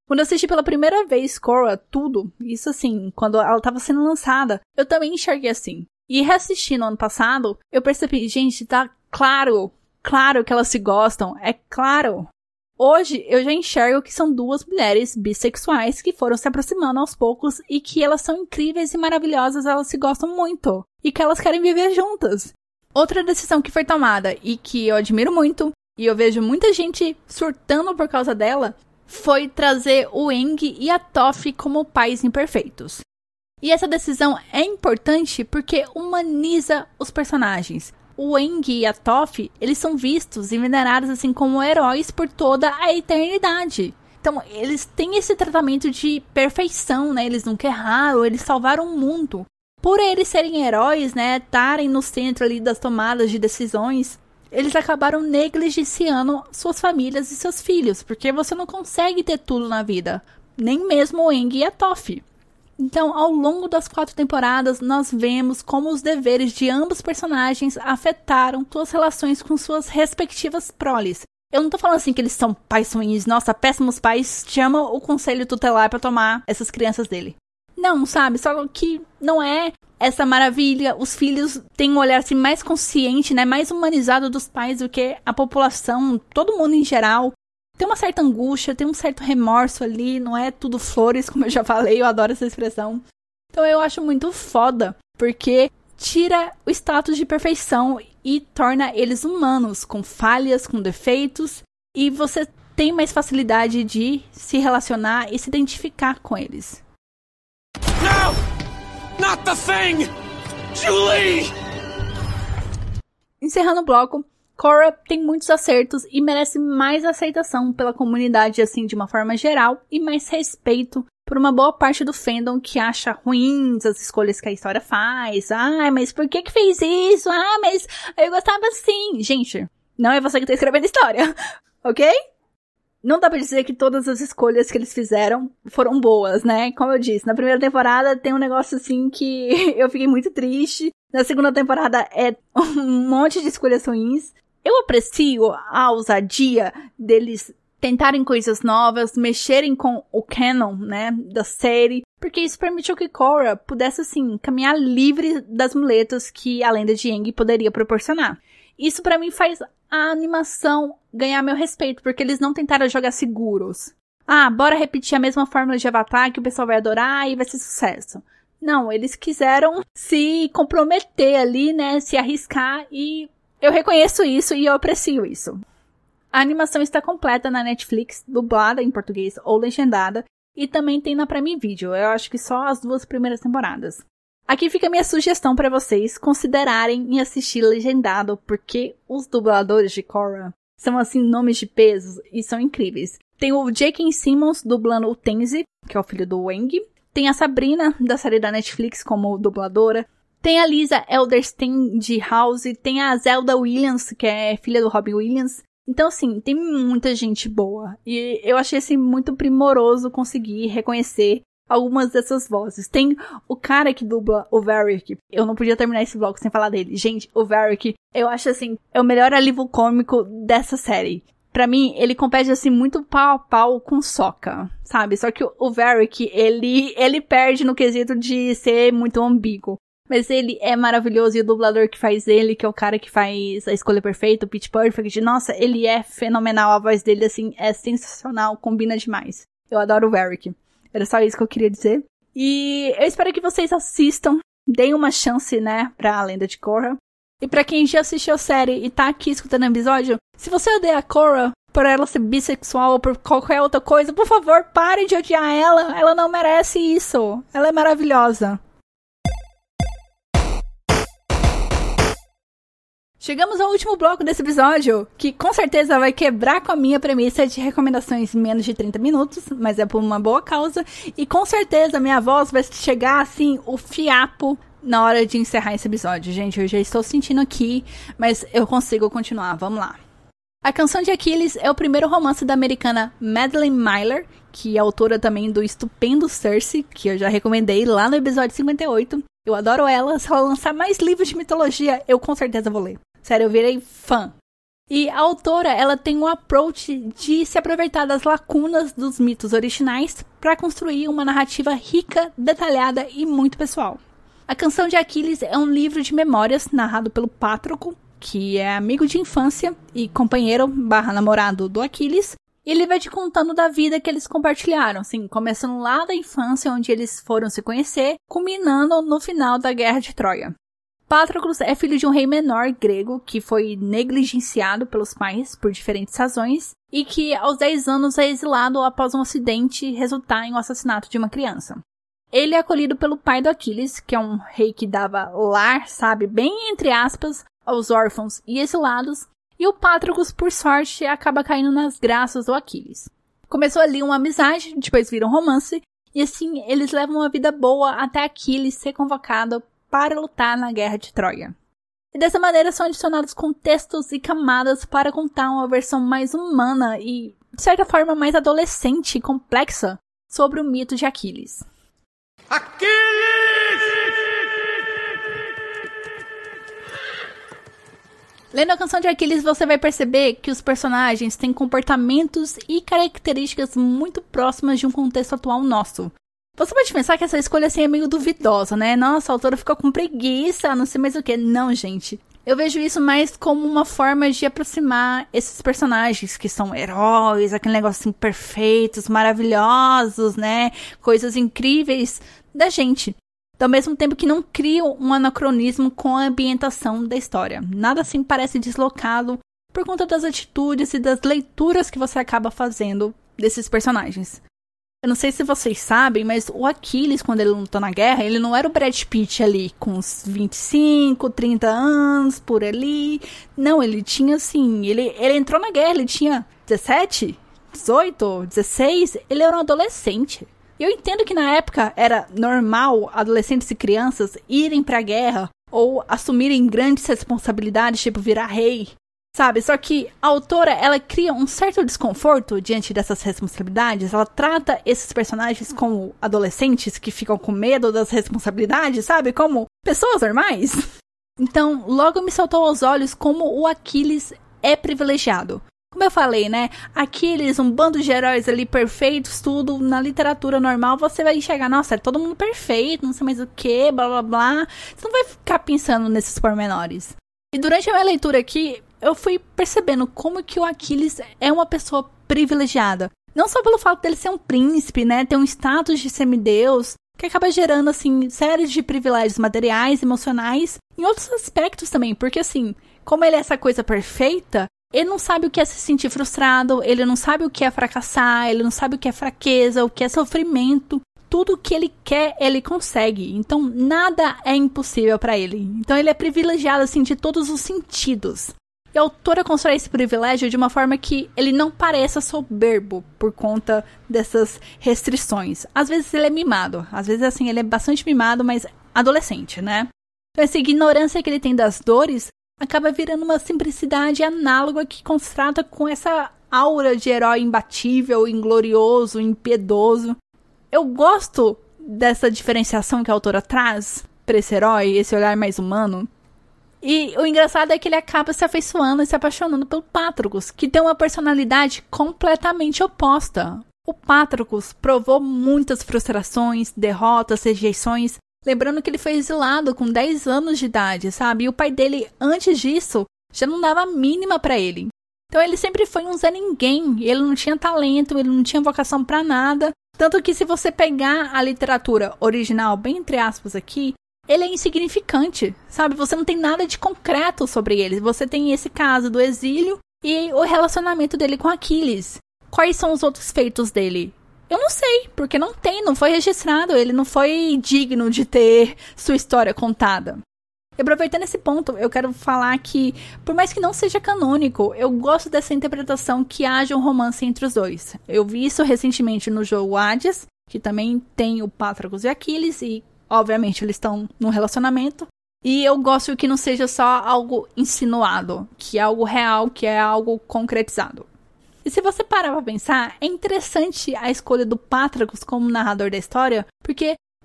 Quando eu assisti pela primeira vez Korra, tudo, isso assim, quando ela tava sendo lançada, eu também enxerguei assim. E reassistindo ano passado, eu percebi, gente, tá claro, claro que elas se gostam, é claro. Hoje, eu já enxergo que são duas mulheres bissexuais que foram se aproximando aos poucos e que elas são incríveis e maravilhosas, elas se gostam muito. E que elas querem viver juntas. Outra decisão que foi tomada e que eu admiro muito, e eu vejo muita gente surtando por causa dela, foi trazer o Aang e a Toph como pais imperfeitos. E essa decisão é importante porque humaniza os personagens. O Aang e a Toph, eles são vistos e venerados assim como heróis por toda a eternidade. Então, eles têm esse tratamento de perfeição, né? Eles nunca erraram, eles salvaram o mundo. Por eles serem heróis, né? Estarem no centro ali das tomadas de decisões, eles acabaram negligenciando suas famílias e seus filhos, porque você não consegue ter tudo na vida, nem mesmo o Aang e a Toph. Então, ao longo das quatro temporadas, nós vemos como os deveres de ambos personagens afetaram suas relações com suas respectivas proles. Eu não tô falando assim que eles são pais ruins, nossa, péssimos pais, chama o conselho tutelar pra tomar essas crianças dele. Não, sabe, só que não é essa maravilha, os filhos têm um olhar assim mais consciente, né, mais humanizado dos pais do que a população, todo mundo em geral. Tem uma certa angústia, tem um certo remorso ali, não é tudo flores, como eu já falei, eu adoro essa expressão. Então eu acho muito foda, porque tira o status de perfeição e torna eles humanos, com falhas, com defeitos, e você tem mais facilidade de se relacionar e se identificar com eles. No! Not the thing! Julie! Encerrando o bloco, Korra tem muitos acertos e merece mais aceitação pela comunidade, assim, de uma forma geral, e mais respeito por uma boa parte do fandom que acha ruins as escolhas que a história faz. Ah, mas por que que fez isso? Ah, mas eu gostava assim. Gente, não é você que tá escrevendo história, ok? Não dá pra dizer que todas as escolhas que eles fizeram foram boas, né? Como eu disse, na primeira temporada tem um negócio assim que eu fiquei muito triste. Na segunda temporada é um monte de escolhas ruins. Eu aprecio a ousadia deles tentarem coisas novas, mexerem com o canon, né, da série, porque isso permitiu que Korra pudesse, assim, caminhar livre das muletas que a lenda de Aang poderia proporcionar. Isso pra mim faz a animação ganhar meu respeito, porque eles não tentaram jogar seguros. Ah, bora repetir a mesma fórmula de Avatar que o pessoal vai adorar e vai ser sucesso. Não, eles quiseram se comprometer ali, né, se arriscar, e eu reconheço isso e eu aprecio isso. A animação está completa na Netflix, dublada em português ou legendada, e também tem na Prime Video, eu acho que só as duas primeiras temporadas. Aqui fica a minha sugestão para vocês considerarem em assistir legendado, porque os dubladores de Korra são, assim, nomes de peso e são incríveis. Tem o J K. Simmons dublando o Tenzin, que é o filho do Aang. Tem a Sabrina, da série da Netflix, como dubladora. Tem a Lisa Elderstein de House. Tem a Zelda Williams, que é filha do Robin Williams. Então, assim, tem muita gente boa. E eu achei, assim, muito primoroso conseguir reconhecer algumas dessas vozes. Tem o cara que dubla o Varric. Eu não podia terminar esse bloco sem falar dele. Gente, o Varric, eu acho, assim, é o melhor alívio cômico dessa série. Pra mim, ele compete, assim, muito pau a pau com Sokka, sabe? Só que o Varric, ele, ele perde no quesito de ser muito ambíguo. Mas ele é maravilhoso, e o dublador que faz ele, que é o cara que faz A Escolha Perfeita, o Pitch Perfect, nossa, ele é fenomenal, a voz dele, assim, é sensacional, combina demais. Eu adoro o Varric. Era só isso que eu queria dizer. E eu espero que vocês assistam, deem uma chance, né, pra Lenda de Korra. E pra quem já assistiu a série e tá aqui escutando o episódio, se você odeia a Korra por ela ser bissexual ou por qualquer outra coisa, por favor, pare de odiar ela. Ela não merece isso. Ela é maravilhosa. Chegamos ao último bloco desse episódio, que com certeza vai quebrar com a minha premissa de recomendações em menos de trinta minutos, mas é por uma boa causa, e com certeza minha voz vai chegar, assim, o fiapo na hora de encerrar esse episódio. Gente, eu já estou sentindo aqui, mas eu consigo continuar, vamos lá. A Canção de Aquiles é o primeiro romance da americana Madeline Miller, que é autora também do estupendo Circe, que eu já recomendei lá no episódio cinquenta e oito. Eu adoro ela, se ela lançar mais livros de mitologia, eu com certeza vou ler. Sério, eu virei fã. E a autora, ela tem um approach de se aproveitar das lacunas dos mitos originais para construir uma narrativa rica, detalhada e muito pessoal. A Canção de Aquiles é um livro de memórias narrado pelo Patroclo, que é amigo de infância e companheiro barra namorado do Aquiles. E ele vai te contando da vida que eles compartilharam, assim, começando lá da infância, onde eles foram se conhecer, culminando no final da Guerra de Troia. Patroclus é filho de um rei menor grego que foi negligenciado pelos pais por diferentes razões e que aos dez anos é exilado após um acidente resultar em um assassinato de uma criança. Ele é acolhido pelo pai do Aquiles, que é um rei que dava lar, sabe, bem entre aspas, aos órfãos e exilados, e o Patroclus, por sorte, acaba caindo nas graças do Aquiles. Começou ali uma amizade, depois vira um romance, e assim eles levam uma vida boa até Aquiles ser convocado para lutar na Guerra de Troia. E dessa maneira são adicionados contextos e camadas para contar uma versão mais humana e, de certa forma, mais adolescente e complexa sobre o mito de Aquiles. Aquiles! Lendo a Canção de Aquiles, você vai perceber que os personagens têm comportamentos e características muito próximas de um contexto atual nosso. Você pode pensar que essa escolha assim é meio duvidosa, né? Nossa, a autora ficou com preguiça, não sei mais o que. Não, gente. Eu vejo isso mais como uma forma de aproximar esses personagens que são heróis, aquele negócio assim, perfeitos, maravilhosos, né? Coisas incríveis da gente. Ao mesmo tempo que não criam um anacronismo com a ambientação da história. Nada assim parece deslocado por conta das atitudes e das leituras que você acaba fazendo desses personagens. Eu não sei se vocês sabem, mas o Aquiles, quando ele lutou na guerra, ele não era o Brad Pitt ali, com uns vinte e cinco, trinta anos, por ali. Não, ele tinha assim, ele, ele entrou na guerra, ele tinha dezessete, dezoito, dezesseis, ele era um adolescente. E eu entendo que na época era normal adolescentes e crianças irem pra guerra ou assumirem grandes responsabilidades, tipo virar rei. Sabe, só que a autora, ela cria um certo desconforto diante dessas responsabilidades. Ela trata esses personagens como adolescentes que ficam com medo das responsabilidades, sabe? Como pessoas normais. Então, logo me saltou aos olhos como o Aquiles é privilegiado. Como eu falei, né? Aquiles, um bando de heróis ali perfeitos, tudo. Na literatura normal, você vai enxergar, nossa, é todo mundo perfeito, não sei mais o que, blá, blá, blá. Você não vai ficar pensando nesses pormenores. E durante a minha leitura aqui, eu fui percebendo como que o Aquiles é uma pessoa privilegiada. Não só pelo fato dele ser um príncipe, né? Ter um status de semideus, que acaba gerando, assim, séries de privilégios materiais, emocionais, em outros aspectos também. Porque, assim, como ele é essa coisa perfeita, ele não sabe o que é se sentir frustrado, ele não sabe o que é fracassar, ele não sabe o que é fraqueza, o que é sofrimento. Tudo que ele quer, ele consegue. Então, nada é impossível para ele. Então, ele é privilegiado, assim, de todos os sentidos. E a autora constrói esse privilégio de uma forma que ele não pareça soberbo por conta dessas restrições. Às vezes ele é mimado. Às vezes, assim, ele é bastante mimado, mas adolescente, né? Então, essa ignorância que ele tem das dores acaba virando uma simplicidade análoga que contrasta com essa aura de herói imbatível, inglorioso, impiedoso. Eu gosto dessa diferenciação que a autora traz para esse herói, esse olhar mais humano. E o engraçado é que ele acaba se afeiçoando e se apaixonando pelo Patroclus, que tem uma personalidade completamente oposta. O Patroclus provou muitas frustrações, derrotas, rejeições, lembrando que ele foi exilado com dez anos de idade, sabe? E o pai dele, antes disso, já não dava a mínima pra ele. Então ele sempre foi um Zé Ninguém, ele não tinha talento, ele não tinha vocação pra nada. Tanto que se você pegar a literatura original, bem entre aspas aqui, ele é insignificante, sabe? Você não tem nada de concreto sobre ele. Você tem esse caso do exílio e o relacionamento dele com Aquiles. Quais são os outros feitos dele? Eu não sei, porque não tem, não foi registrado. Ele não foi digno de ter sua história contada. E aproveitando esse ponto, eu quero falar que, por mais que não seja canônico, eu gosto dessa interpretação que haja um romance entre os dois. Eu vi isso recentemente no jogo Hades, que também tem o Patroclus e Aquiles, e obviamente eles estão num relacionamento. E eu gosto que não seja só algo insinuado, que é algo real, que é algo concretizado. E se você parar pra pensar, é interessante a escolha do Patroclus como narrador da história, porque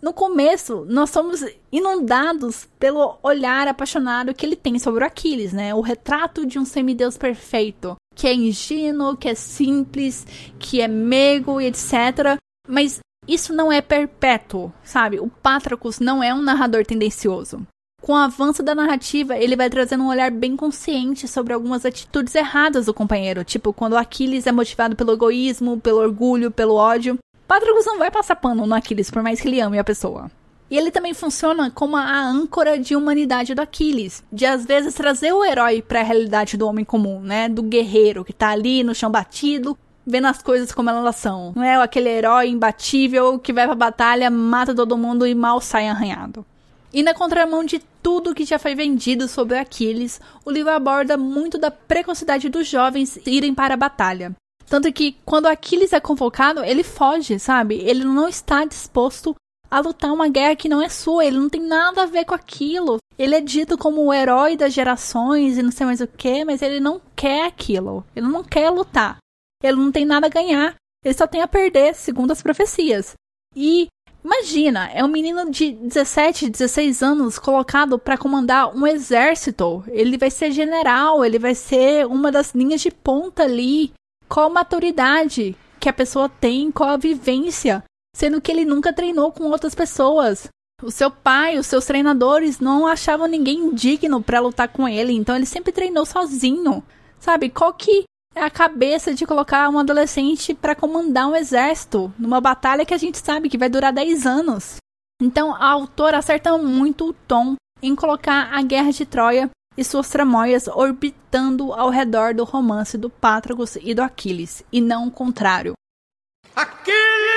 No começo, nós somos inundados pelo olhar apaixonado que ele tem sobre o Aquiles, né? O retrato de um semideus perfeito, que é ingênuo, que é simples, que é meigo e etcétera. Mas isso não é perpétuo, sabe? O Patroclus não é um narrador tendencioso. Com o avanço da narrativa, ele vai trazendo um olhar bem consciente sobre algumas atitudes erradas do companheiro, tipo quando o Aquiles é motivado pelo egoísmo, pelo orgulho, pelo ódio. Patroclus não vai passar pano no Aquiles, por mais que ele ame a pessoa. E ele também funciona como a âncora de humanidade do Aquiles, de às vezes trazer o herói para a realidade do homem comum, né? Do guerreiro que tá ali no chão batido, vendo as coisas como elas são. Não é aquele herói imbatível que vai pra batalha, mata todo mundo e mal sai arranhado. E na contramão de tudo que já foi vendido sobre o Aquiles, o livro aborda muito da precocidade dos jovens irem para a batalha. Tanto que quando Aquiles é convocado, ele foge, sabe? Ele não está disposto a lutar uma guerra que não é sua, ele não tem nada a ver com aquilo. Ele é dito como o herói das gerações e não sei mais o que, mas ele não quer aquilo. Ele não quer lutar. Ele não tem nada a ganhar. Ele só tem a perder, segundo as profecias. E imagina, é um menino de dezessete, dezesseis anos colocado para comandar um exército. Ele vai ser general, ele vai ser uma das linhas de ponta ali. Qual a maturidade que a pessoa tem, qual a vivência, sendo que ele nunca treinou com outras pessoas. O seu pai, os seus treinadores não achavam ninguém digno para lutar com ele, então ele sempre treinou sozinho. Sabe, qual que é a cabeça de colocar um adolescente para comandar um exército numa batalha que a gente sabe que vai durar dez anos? Então a autora acerta muito o tom em colocar a Guerra de Troia e suas tramóias orbitando ao redor do romance do Patroclus e do Aquiles, e não o contrário. Aquiles!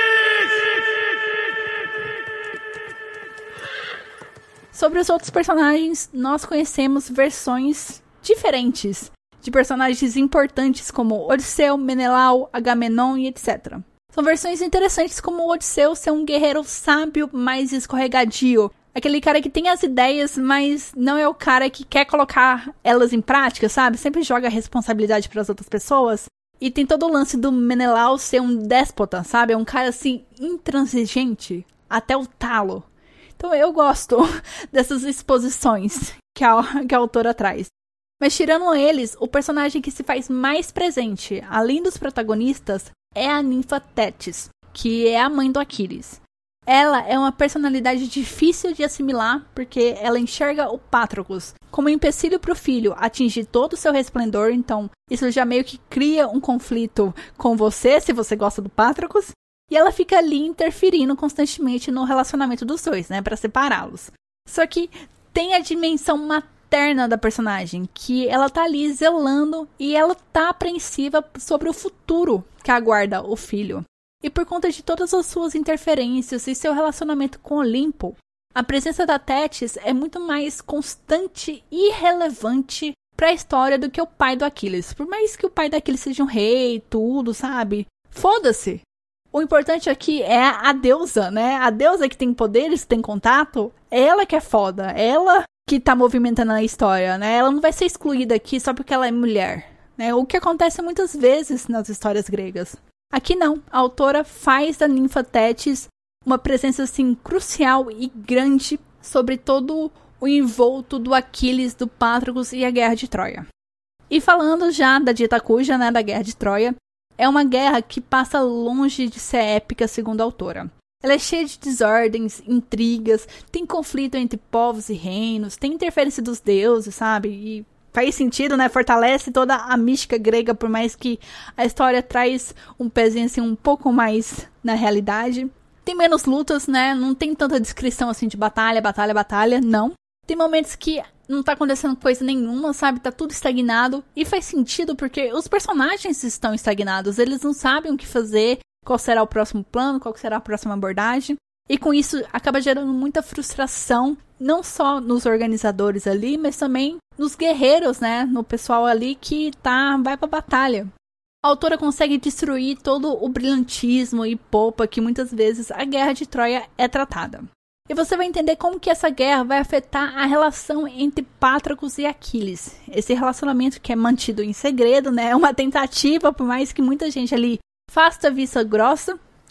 Sobre os outros personagens, nós conhecemos versões diferentes de personagens importantes como Odisseu, Menelau, Agamenon e etcétera. São versões interessantes como o Odisseu ser um guerreiro sábio, mais escorregadio. Aquele cara que tem as ideias, mas não é o cara que quer colocar elas em prática, sabe? Sempre joga a responsabilidade para as outras pessoas. E tem todo o lance do Menelau ser um déspota, sabe? É um cara, assim, intransigente até o talo. Então eu gosto dessas exposições que a, que a autora traz. Mas tirando eles, o personagem que se faz mais presente, além dos protagonistas, é a ninfa Tétis, que é a mãe do Aquiles. Ela é uma personalidade difícil de assimilar, porque ela enxerga o Patroclus como um empecilho para o filho atingir todo o seu resplendor, então isso já meio que cria um conflito com você, se você gosta do Patroclus, e ela fica ali interferindo constantemente no relacionamento dos dois, né, para separá-los. Só que tem a dimensão materna da personagem, que ela tá ali zelando e ela tá apreensiva sobre o futuro que aguarda o filho. E por conta de todas as suas interferências e seu relacionamento com Olimpo, a presença da Tétis é muito mais constante e relevante para a história do que o pai do Aquiles. Por mais que o pai do Aquiles seja um rei, tudo, sabe? Foda-se! O importante aqui é a deusa, né? A deusa que tem poderes, que tem contato, ela que é foda. Ela que tá movimentando a história, né? Ela não vai ser excluída aqui só porque ela é mulher, né? O que acontece muitas vezes nas histórias gregas. Aqui não, a autora faz da ninfa Tétis uma presença assim crucial e grande sobre todo o envolto do Aquiles, do Patroclus e a Guerra de Troia. E falando já da dita cuja, né, da Guerra de Troia, é uma guerra que passa longe de ser épica segundo a autora. Ela é cheia de desordens, intrigas, tem conflito entre povos e reinos, tem interferência dos deuses, sabe? E faz sentido, né? Fortalece toda a mística grega, por mais que a história traz um pezinho assim um pouco mais na realidade. Tem menos lutas, né? Não tem tanta descrição assim de batalha, batalha, batalha, não. Tem momentos que não tá acontecendo coisa nenhuma, sabe? Tá tudo estagnado. E faz sentido porque os personagens estão estagnados. Eles não sabem o que fazer, qual será o próximo plano, qual será a próxima abordagem. E com isso acaba gerando muita frustração, não só nos organizadores ali, mas também nos guerreiros, né? No pessoal ali que tá, vai pra batalha. A autora consegue destruir todo o brilhantismo e popa que muitas vezes a Guerra de Troia é tratada. E você vai entender como que essa guerra vai afetar a relação entre Patroclus e Aquiles. Esse relacionamento que é mantido em segredo, né? É uma tentativa, por mais que muita gente ali faça vista grossa,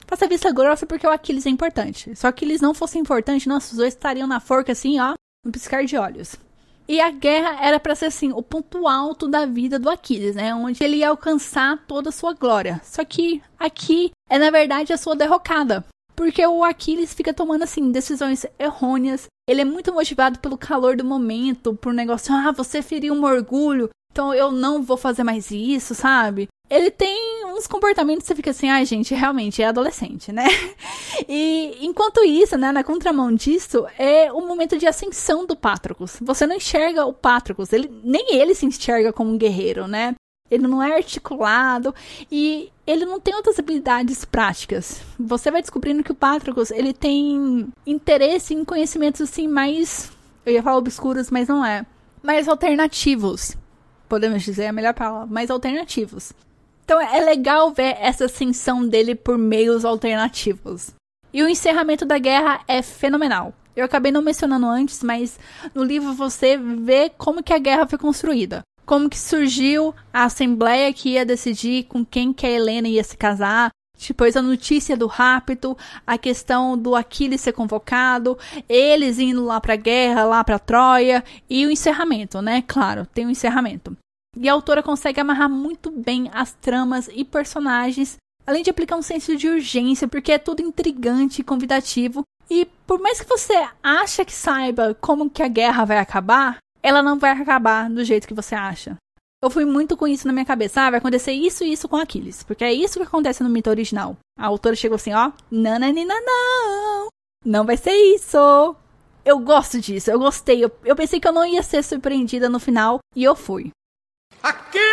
Faça vista grossa porque o Aquiles é importante. Se o Aquiles não fosse importante, nossos dois estariam na forca assim, ó, no piscar de olhos. E a guerra era pra ser assim, o ponto alto da vida do Aquiles, né? Onde ele ia alcançar toda a sua glória. Só que aqui é na verdade a sua derrocada. Porque o Aquiles fica tomando assim, decisões errôneas. Ele é muito motivado pelo calor do momento, por um negócio, ah, você feriu um orgulho, então eu não vou fazer mais isso, sabe? Ele tem uns comportamentos que você fica assim, ai, ah, gente, realmente é adolescente, né? E enquanto isso, né, na contramão disso, é o momento de ascensão do Patroclus. Você não enxerga o Patroclus, ele, nem ele se enxerga como um guerreiro, né? Ele não é articulado e ele não tem outras habilidades práticas. Você vai descobrindo que o Patroclus, ele tem interesse em conhecimentos assim mais, eu ia falar obscuros, mas não é, mais alternativos. Podemos dizer a melhor palavra, mais alternativos. Então é legal ver essa ascensão dele por meios alternativos. E o encerramento da guerra é fenomenal. Eu acabei não mencionando antes, mas no livro você vê como que a guerra foi construída. Como que surgiu a assembleia que ia decidir com quem que a Helena ia se casar. Depois a notícia do rapto, a questão do Aquiles ser convocado, eles indo lá pra guerra, lá pra Troia, e o encerramento, né? Claro, tem o encerramento. E a autora consegue amarrar muito bem as tramas e personagens, além de aplicar um senso de urgência, porque é tudo intrigante e convidativo. E por mais que você ache que saiba como que a guerra vai acabar, ela não vai acabar do jeito que você acha. Eu fui muito com isso na minha cabeça. Ah, vai acontecer isso e isso com Aquiles. Porque é isso que acontece no mito original. A autora chegou assim, ó. Não, não, não, não. Não vai ser isso. Eu gosto disso. Eu gostei. Eu, eu pensei que eu não ia ser surpreendida no final. E eu fui. Aquiles!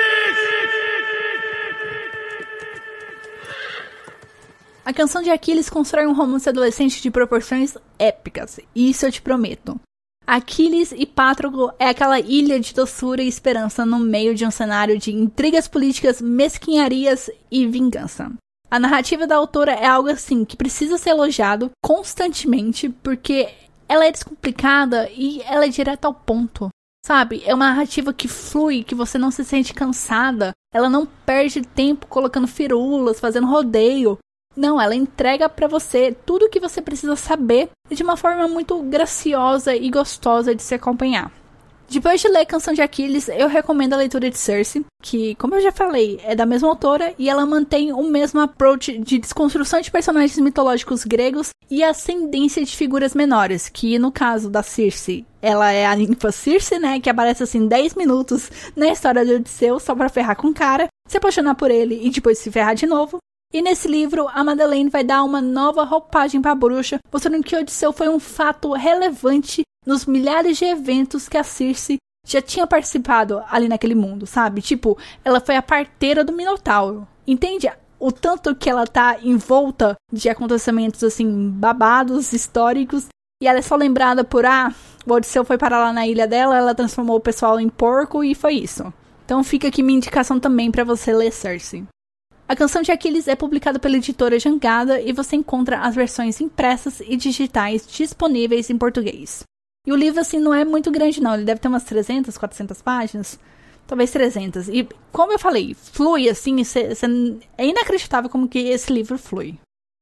A canção de Aquiles constrói um romance adolescente de proporções épicas. Isso eu te prometo. Aquiles e Patroclo é aquela ilha de doçura e esperança no meio de um cenário de intrigas políticas, mesquinharias e vingança. A narrativa da autora é algo assim que precisa ser elogiado constantemente porque ela é descomplicada e ela é direta ao ponto. Sabe? É uma narrativa que flui, que você não se sente cansada. Ela não perde tempo colocando firulas, fazendo rodeio. Não, ela entrega pra você tudo o que você precisa saber de uma forma muito graciosa e gostosa de se acompanhar. Depois de ler Canção de Aquiles, eu recomendo a leitura de Circe, que, como eu já falei, é da mesma autora e ela mantém o mesmo approach de desconstrução de personagens mitológicos gregos e ascendência de figuras menores, que no caso da Circe, ela é a ninfa Circe, né, que aparece assim dez minutos na história de Odisseu só pra ferrar com o cara, se apaixonar por ele e depois se ferrar de novo. E nesse livro, a Madeleine vai dar uma nova roupagem pra bruxa, mostrando que Odisseu foi um fato relevante nos milhares de eventos que a Circe já tinha participado ali naquele mundo, sabe? Tipo, ela foi a parteira do Minotauro. Entende o tanto que ela tá envolta de acontecimentos, assim, babados, históricos. E ela é só lembrada por, ah, o Odisseu foi parar lá na ilha dela, ela transformou o pessoal em porco e foi isso. Então fica aqui minha indicação também pra você ler Circe. A Canção de Aquiles é publicada pela editora Jangada e você encontra as versões impressas e digitais disponíveis em português. E o livro, assim, não é muito grande, não. Ele deve ter umas trezentas, quatrocentas páginas. Talvez trezentas. E, como eu falei, flui, assim, cê, cê, é inacreditável como que esse livro flui.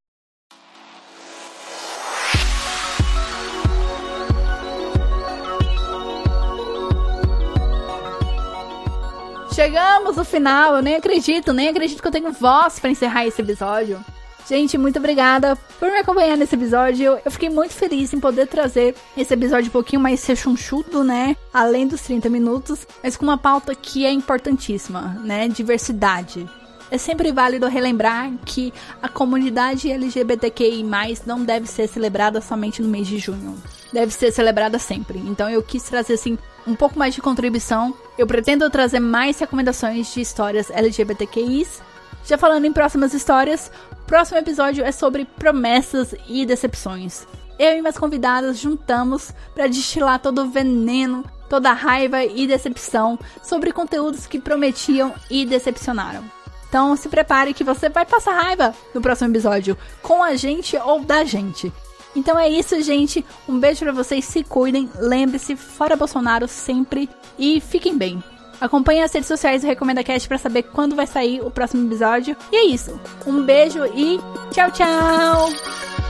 Chegamos no final, eu nem acredito, nem acredito que eu tenho voz pra encerrar esse episódio. Gente, muito obrigada por me acompanhar nesse episódio. Eu fiquei muito feliz em poder trazer esse episódio um pouquinho mais rechonchudo, né? Além dos trinta minutos, mas com uma pauta que é importantíssima, né? Diversidade. É sempre válido relembrar que a comunidade L G B T Q I mais, não deve ser celebrada somente no mês de junho. Deve ser celebrada sempre. Então eu quis trazer, assim, um pouco mais de contribuição. Eu pretendo trazer mais recomendações de histórias L G B T Q Is. Já falando em próximas histórias, o próximo episódio é sobre promessas e decepções. Eu e minhas convidadas juntamos para destilar todo o veneno, toda a raiva e decepção sobre conteúdos que prometiam e decepcionaram. Então se prepare que você vai passar raiva no próximo episódio, com a gente ou da gente. Então é isso, gente. Um beijo pra vocês, se cuidem. Lembre-se, fora Bolsonaro sempre. E fiquem bem. Acompanhe as redes sociais do RecomendaCast pra saber quando vai sair o próximo episódio. E é isso. Um beijo e tchau, tchau!